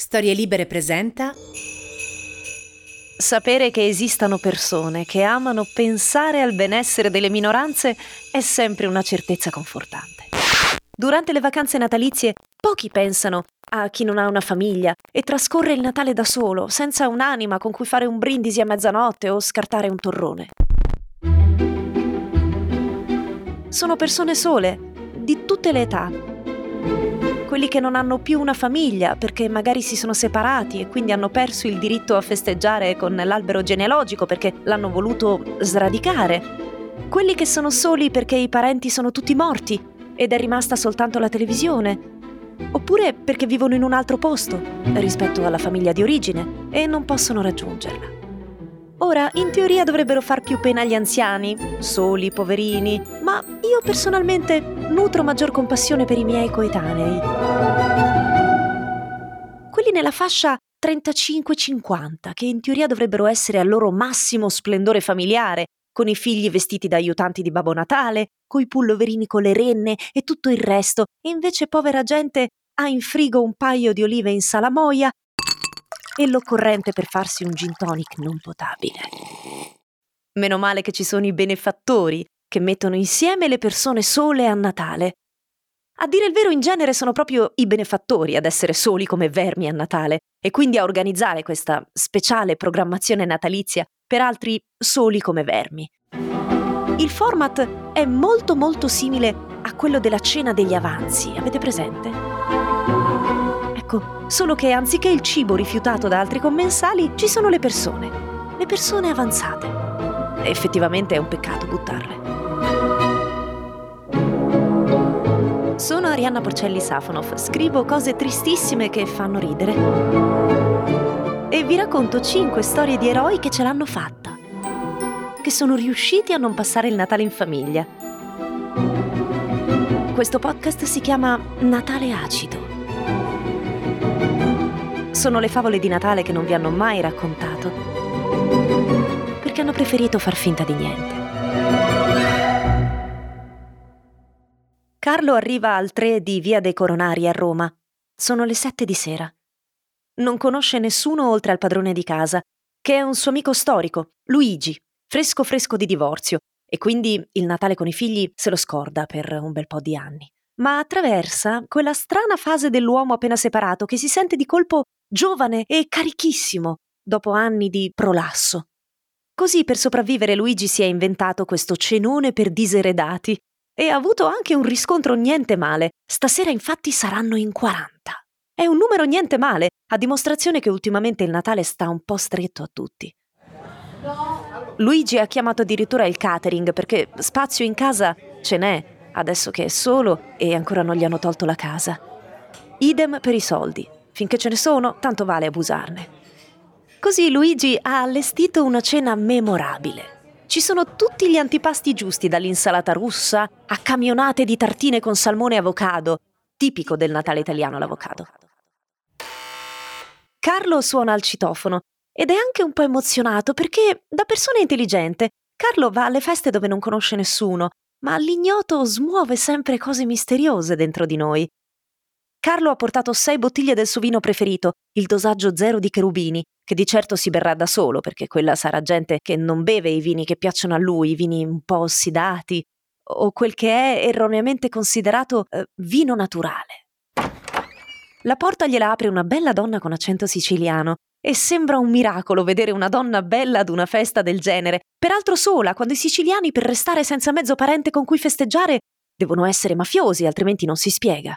Storie Libere presenta Sapere che esistano persone che amano pensare al benessere delle minoranze è sempre una certezza confortante. Durante le vacanze natalizie, pochi pensano a chi non ha una famiglia e trascorre il Natale da solo, senza un'anima con cui fare un brindisi a mezzanotte o scartare un torrone. Sono persone sole, di tutte le età. Quelli che non hanno più una famiglia perché magari si sono separati e quindi hanno perso il diritto a festeggiare con l'albero genealogico perché l'hanno voluto sradicare. Quelli che sono soli perché i parenti sono tutti morti ed è rimasta soltanto la televisione. Oppure perché vivono in un altro posto rispetto alla famiglia di origine e non possono raggiungerla. Ora, in teoria dovrebbero far più pena agli anziani, soli, poverini, ma io personalmente nutro maggior compassione per i miei coetanei. Quelli nella fascia 35-50, che in teoria dovrebbero essere al loro massimo splendore familiare, con i figli vestiti da aiutanti di Babbo Natale, coi pulloverini con le renne e tutto il resto, e invece povera gente ha in frigo un paio di olive in salamoia e l'occorrente per farsi un gin tonic non potabile. Meno male che ci sono i benefattori che mettono insieme le persone sole a Natale. A dire il vero, in genere sono proprio i benefattori ad essere soli come vermi a Natale e quindi a organizzare questa speciale programmazione natalizia per altri soli come vermi. Il format è molto molto simile a quello della cena degli avanzi, avete presente? Solo che anziché il cibo rifiutato da altri commensali, ci sono le persone avanzate. Effettivamente è un peccato buttarle. Sono Arianna Porcelli Safonov, scrivo cose tristissime che fanno ridere e vi racconto 5 storie di eroi che ce l'hanno fatta, che sono riusciti a non passare il Natale in famiglia. Questo podcast si chiama Natale Acido. Sono le favole di Natale che non vi hanno mai raccontato, perché hanno preferito far finta di niente. Carlo arriva al 3 di Via dei Coronari a Roma. Sono le 7 di sera. Non conosce nessuno oltre al padrone di casa, che è un suo amico storico, Luigi, fresco di divorzio, e quindi il Natale con i figli se lo scorda per un bel po' di anni. Ma attraversa quella strana fase dell'uomo appena separato che si sente di colpo giovane e carichissimo dopo anni di prolasso. Così per sopravvivere Luigi si è inventato questo cenone per diseredati e ha avuto anche un riscontro niente male. Stasera infatti saranno in 40. È un numero niente male, a dimostrazione che ultimamente il Natale sta un po' stretto a tutti. Luigi ha chiamato addirittura il catering perché spazio in casa ce n'è, adesso che è solo e ancora non gli hanno tolto la casa. Idem per i soldi. Finché ce ne sono, tanto vale abusarne. Così Luigi ha allestito una cena memorabile. Ci sono tutti gli antipasti giusti, dall'insalata russa a camionate di tartine con salmone e avocado, tipico del Natale italiano l'avocado. Carlo suona al citofono ed è anche un po' emozionato perché, da persona intelligente, Carlo va alle feste dove non conosce nessuno, ma l'ignoto smuove sempre cose misteriose dentro di noi. Carlo ha portato 6 bottiglie del suo vino preferito, il dosaggio 0 di Cherubini, che di certo si berrà da solo, perché quella sarà gente che non beve i vini che piacciono a lui, i vini un po' ossidati, o quel che è erroneamente considerato vino naturale. La porta gliela apre una bella donna con accento siciliano, e sembra un miracolo vedere una donna bella ad una festa del genere, peraltro sola, quando i siciliani per restare senza mezzo parente con cui festeggiare devono essere mafiosi, altrimenti non si spiega.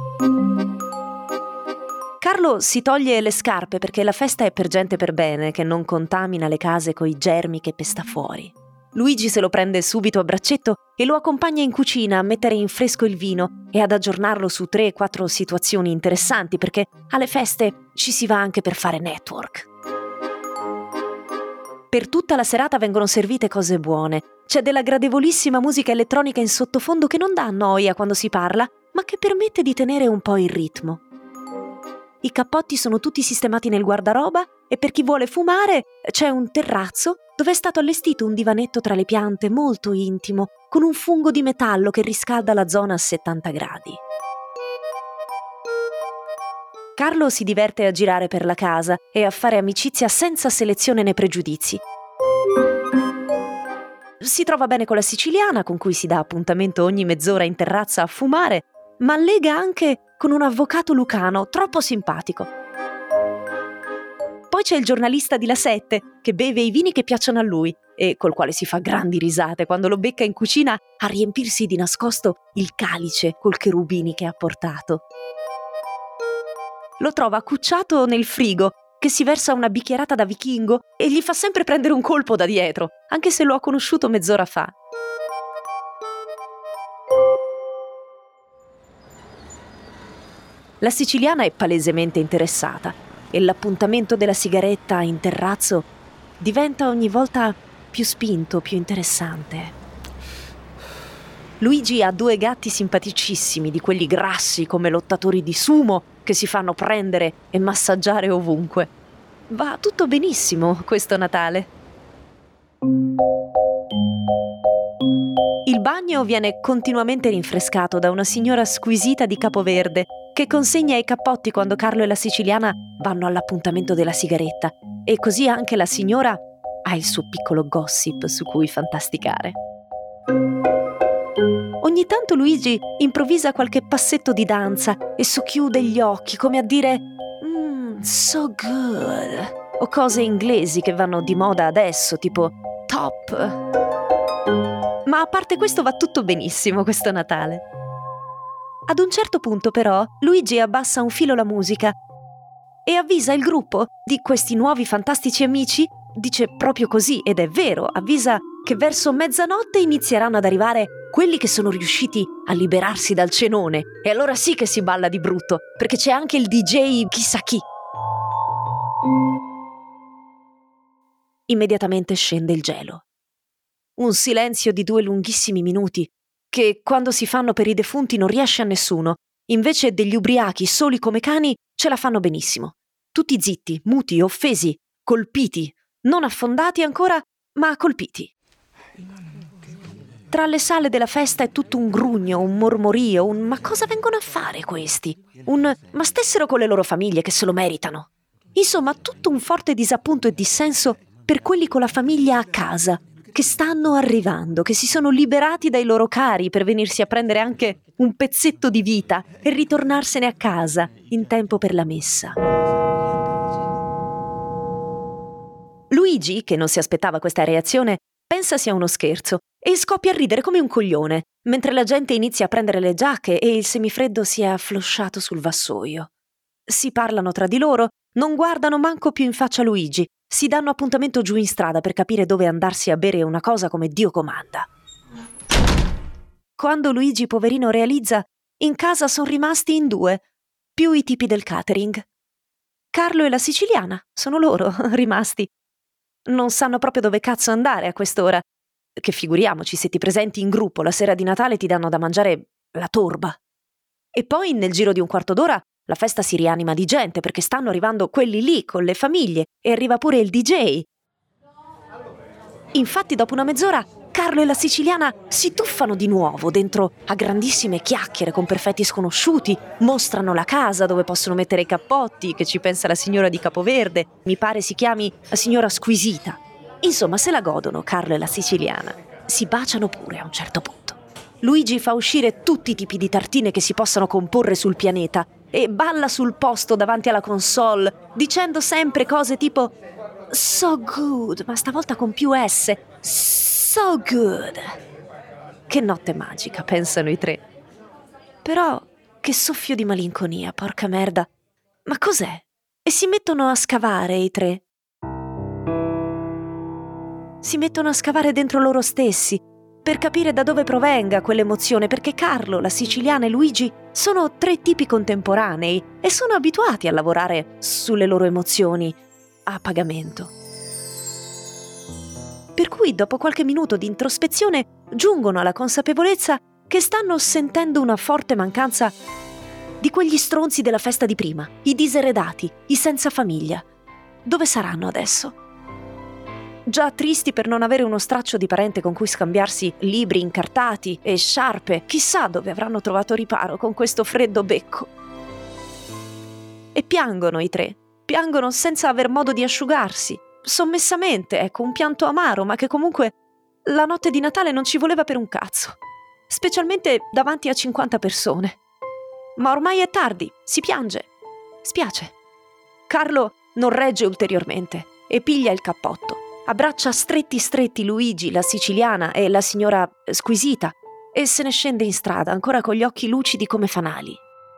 Carlo si toglie le scarpe perché la festa è per gente per bene, che non contamina le case coi germi che pesta fuori. Luigi se lo prende subito a braccetto e lo accompagna in cucina a mettere in fresco il vino e ad aggiornarlo su 3-4 situazioni interessanti, perché alle feste ci si va anche per fare network. Per tutta la serata vengono servite cose buone. C'è della gradevolissima musica elettronica in sottofondo che non dà noia quando si parla, ma che permette di tenere un po' il ritmo. I cappotti sono tutti sistemati nel guardaroba e per chi vuole fumare c'è un terrazzo dove è stato allestito un divanetto tra le piante molto intimo, con un fungo di metallo che riscalda la zona a 70 gradi. Carlo si diverte a girare per la casa e a fare amicizia senza selezione né pregiudizi. Si trova bene con la siciliana, con cui si dà appuntamento ogni mezz'ora in terrazza a fumare, ma lega anche con un avvocato lucano troppo simpatico. Poi c'è il giornalista di La 7, che beve i vini che piacciono a lui e col quale si fa grandi risate quando lo becca in cucina a riempirsi di nascosto il calice col cherubini che ha portato. Lo trova accucciato nel frigo, che si versa una bicchierata da vichingo e gli fa sempre prendere un colpo da dietro, anche se lo ha conosciuto mezz'ora fa. La siciliana è palesemente interessata e l'appuntamento della sigaretta in terrazzo diventa ogni volta più spinto, più interessante. Luigi ha 2 gatti simpaticissimi, di quelli grassi come lottatori di sumo, che si fanno prendere e massaggiare ovunque. Va tutto benissimo questo Natale. Il bagno viene continuamente rinfrescato da una signora squisita di capo verde che consegna i cappotti quando Carlo e la siciliana vanno all'appuntamento della sigaretta, e così anche la signora ha il suo piccolo gossip su cui fantasticare. Ogni tanto Luigi improvvisa qualche passetto di danza e socchiude gli occhi come a dire so good, o cose inglesi che vanno di moda adesso, tipo top. Ma a parte questo va tutto benissimo questo Natale. Ad un certo punto però Luigi abbassa un filo la musica e avvisa il gruppo di questi nuovi fantastici amici, dice proprio così, ed è vero, avvisa che verso mezzanotte inizieranno ad arrivare quelli che sono riusciti a liberarsi dal cenone, e allora sì che si balla di brutto, perché c'è anche il DJ chissà chi. Immediatamente scende il gelo. Un silenzio di 2 lunghissimi minuti, che quando si fanno per i defunti non riesce a nessuno, invece degli ubriachi soli come cani ce la fanno benissimo. Tutti zitti, muti, offesi, colpiti, non affondati ancora, ma colpiti. Tra le sale della festa è tutto un grugno, un mormorio, un «ma cosa vengono a fare questi?» «ma stessero con le loro famiglie che se lo meritano». Insomma, tutto un forte disappunto e dissenso per quelli con la famiglia a casa, che stanno arrivando, che si sono liberati dai loro cari per venirsi a prendere anche un pezzetto di vita e ritornarsene a casa in tempo per la messa. Luigi, che non si aspettava questa reazione, pensa sia uno scherzo e scoppia a ridere come un coglione, mentre la gente inizia a prendere le giacche e il semifreddo si è afflosciato sul vassoio. Si parlano tra di loro, non guardano manco più in faccia Luigi, si danno appuntamento giù in strada per capire dove andarsi a bere una cosa come Dio comanda. Quando Luigi poverino realizza, in casa sono rimasti in 2, più i tipi del catering. Carlo e la siciliana, sono loro rimasti. Non sanno proprio dove cazzo andare a quest'ora, che figuriamoci se ti presenti in gruppo la sera di Natale ti danno da mangiare la torba. E poi nel giro di un quarto d'ora la festa si rianima di gente perché stanno arrivando quelli lì con le famiglie e arriva pure il DJ. Infatti dopo una mezz'ora Carlo e la siciliana si tuffano di nuovo dentro a grandissime chiacchiere con perfetti sconosciuti, mostrano la casa dove possono mettere i cappotti, che ci pensa la signora di Capoverde, mi pare si chiami la signora Squisita. Insomma, se la godono Carlo e la siciliana. Si baciano pure a un certo punto. Luigi fa uscire tutti i tipi di tartine che si possano comporre sul pianeta e balla sul posto davanti alla console, dicendo sempre cose tipo so good, ma stavolta con più S. So good. Che notte magica, pensano i 3. Però che soffio di malinconia, porca merda. Ma cos'è? E si mettono a scavare i 3. Si mettono a scavare dentro loro stessi per capire da dove provenga quell'emozione, perché Carlo, la siciliana e Luigi sono 3 tipi contemporanei e sono abituati a lavorare sulle loro emozioni a pagamento. Per cui dopo qualche minuto di introspezione giungono alla consapevolezza che stanno sentendo una forte mancanza di quegli stronzi della festa di prima, i diseredati, i senza famiglia. Dove saranno adesso? Già tristi per non avere uno straccio di parente con cui scambiarsi libri incartati e sciarpe, chissà dove avranno trovato riparo con questo freddo becco. E piangono i tre, piangono senza aver modo di asciugarsi, sommessamente, ecco, un pianto amaro, ma che comunque la notte di Natale non ci voleva per un cazzo, specialmente davanti a 50 persone. Ma ormai è tardi, si piange, spiace. Carlo non regge ulteriormente e piglia il cappotto. Abbraccia stretti Luigi, la siciliana e la signora squisita e se ne scende in strada, ancora con gli occhi lucidi come fanali.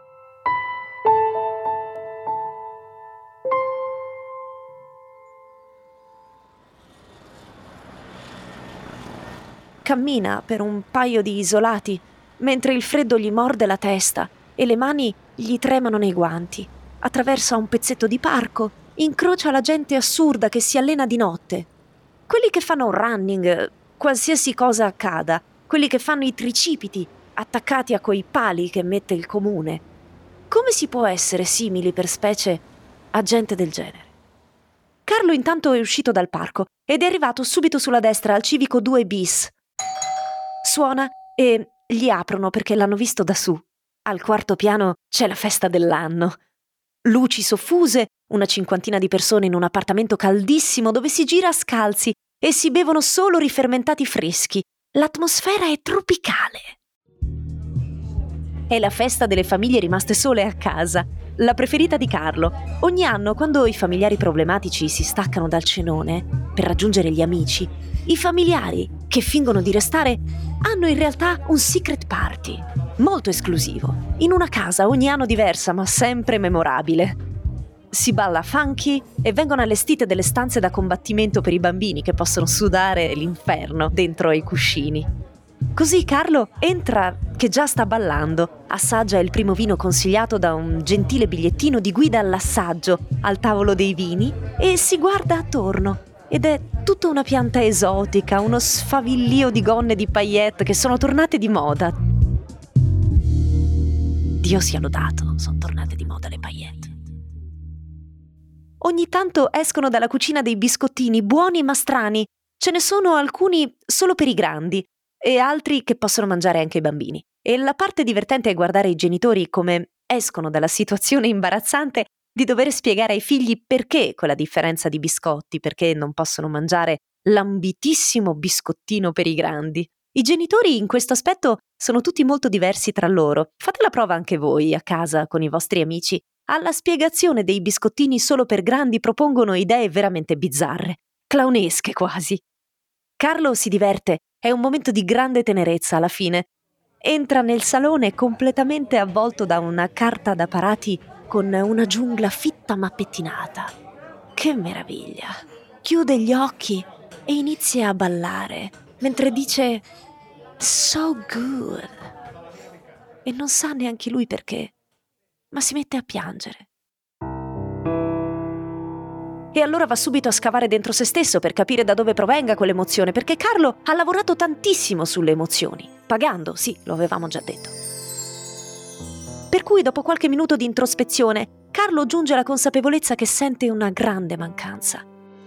Cammina per un paio di isolati, mentre il freddo gli morde la testa e le mani gli tremano nei guanti. Attraversa un pezzetto di parco, incrocia la gente assurda che si allena di notte. Quelli che fanno running, qualsiasi cosa accada, quelli che fanno i tricipiti, attaccati a quei pali che mette il comune. Come si può essere simili per specie a gente del genere? Carlo intanto è uscito dal parco ed è arrivato subito sulla destra al civico 2 bis. Suona e gli aprono perché l'hanno visto da su. Al quarto piano c'è la festa dell'anno. Luci soffuse, una cinquantina di persone in un appartamento caldissimo dove si gira scalzi e si bevono solo rifermentati freschi. L'atmosfera è tropicale. È la festa delle famiglie rimaste sole a casa, la preferita di Carlo. Ogni anno, quando i familiari problematici si staccano dal cenone per raggiungere gli amici, i familiari che fingono di restare hanno in realtà un secret party, molto esclusivo, in una casa ogni anno diversa ma sempre memorabile. Si balla funky e vengono allestite delle stanze da combattimento per i bambini che possono sudare l'inferno dentro ai cuscini. Così Carlo entra che già sta ballando, assaggia il primo vino consigliato da un gentile bigliettino di guida all'assaggio al tavolo dei vini e si guarda attorno. Ed è tutta una pianta esotica, uno sfavillio di gonne di paillette che sono tornate di moda. Dio sia lodato, sono tornate di moda le paillette. Ogni tanto escono dalla cucina dei biscottini buoni ma strani. Ce ne sono alcuni solo per i grandi e altri che possono mangiare anche i bambini. E la parte divertente è guardare i genitori come escono dalla situazione imbarazzante di dover spiegare ai figli perché quella differenza di biscotti, perché non possono mangiare l'ambitissimo biscottino per i grandi. I genitori in questo aspetto sono tutti molto diversi tra loro. Fate la prova anche voi a casa con i vostri amici. Alla spiegazione dei biscottini solo per grandi propongono idee veramente bizzarre, clownesche quasi. Carlo si diverte, è un momento di grande tenerezza alla fine. Entra nel salone completamente avvolto da una carta da parati con una giungla fitta ma pettinata. Che meraviglia! Chiude gli occhi e inizia a ballare, mentre dice "So good". E non sa neanche lui perché, ma si mette a piangere. E allora va subito a scavare dentro se stesso per capire da dove provenga quell'emozione, perché Carlo ha lavorato tantissimo sulle emozioni, pagando, sì, lo avevamo già detto. Per cui dopo qualche minuto di introspezione, Carlo giunge alla consapevolezza che sente una grande mancanza.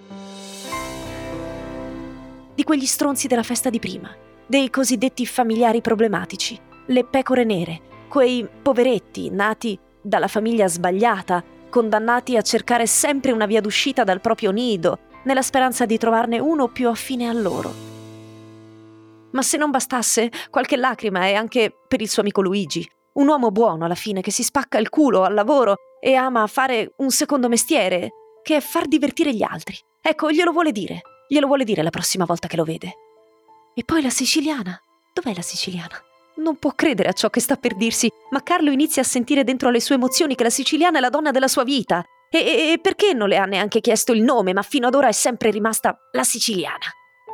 Di quegli stronzi della festa di prima, dei cosiddetti familiari problematici, le pecore nere, quei poveretti nati dalla famiglia sbagliata, condannati a cercare sempre una via d'uscita dal proprio nido, nella speranza di trovarne uno più affine a loro. Ma se non bastasse, qualche lacrima è anche per il suo amico Luigi, un uomo buono alla fine che si spacca il culo al lavoro e ama fare un secondo mestiere, che è far divertire gli altri. Ecco, glielo vuole dire la prossima volta che lo vede. E poi la siciliana. Dov'è la siciliana? Non può credere a ciò che sta per dirsi, ma Carlo inizia a sentire dentro le sue emozioni che la siciliana è la donna della sua vita. E perché non le ha neanche chiesto il nome, ma fino ad ora è sempre rimasta la siciliana?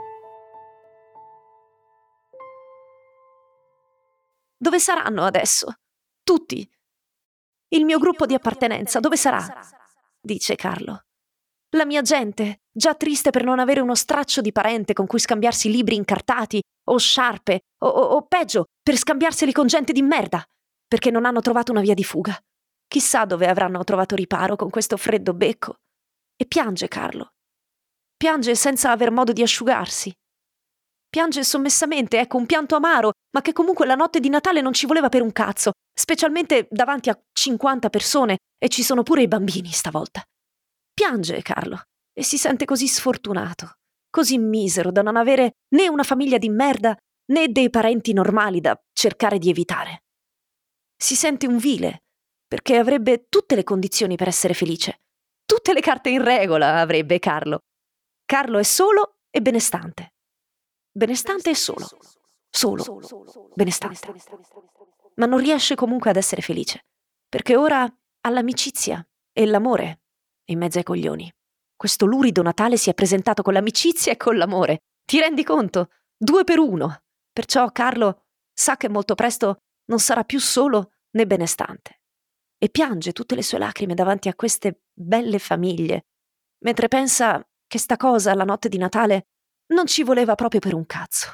Dove saranno adesso? Tutti. Il mio gruppo di appartenenza, dove sarà? Dice Carlo. La mia gente, già triste per non avere uno straccio di parente con cui scambiarsi libri incartati, o sciarpe, o peggio, per scambiarseli con gente di merda, perché non hanno trovato una via di fuga. Chissà dove avranno trovato riparo con questo freddo becco. E piange Carlo. Piange senza aver modo di asciugarsi. Piange sommessamente, ecco, un pianto amaro, ma che comunque la notte di Natale non ci voleva per un cazzo, specialmente davanti a 50 persone e ci sono pure i bambini stavolta. Piange Carlo e si sente così sfortunato, così misero da non avere né una famiglia di merda né dei parenti normali da cercare di evitare. Si sente un vile, perché avrebbe tutte le condizioni per essere felice. Tutte le carte in regola avrebbe Carlo. Carlo è solo e benestante. Benestante e solo. Solo. Benestante. Ma non riesce comunque ad essere felice, perché ora ha l'amicizia e l'amore in mezzo ai coglioni. Questo lurido Natale si è presentato con l'amicizia e con l'amore. Ti rendi conto? 2 per 1. Perciò Carlo sa che molto presto non sarà più solo né benestante. E piange tutte le sue lacrime davanti a queste belle famiglie, mentre pensa che sta cosa, la notte di Natale, non ci voleva proprio per un cazzo.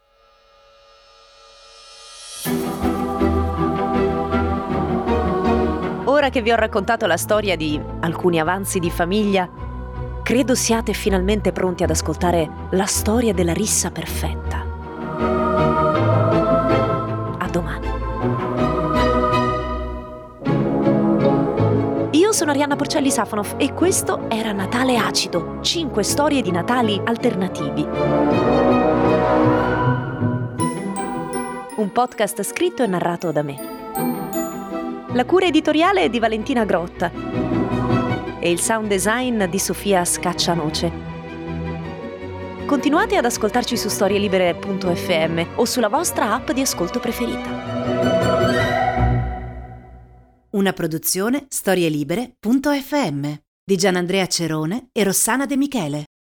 Ora che vi ho raccontato la storia di alcuni avanzi di famiglia, credo siate finalmente pronti ad ascoltare la storia della rissa perfetta. A domani. Io sono Arianna Porcelli Safonov e questo era Natale Acido, 5 storie di Natali alternativi. Un podcast scritto e narrato da me. La cura editoriale è di Valentina Grotta e il sound design di Sofia Scaccianoce. Continuate ad ascoltarci su storielibere.fm o sulla vostra app di ascolto preferita. Una produzione storielibere.fm di Gianandrea Cerone e Rossana De Michele.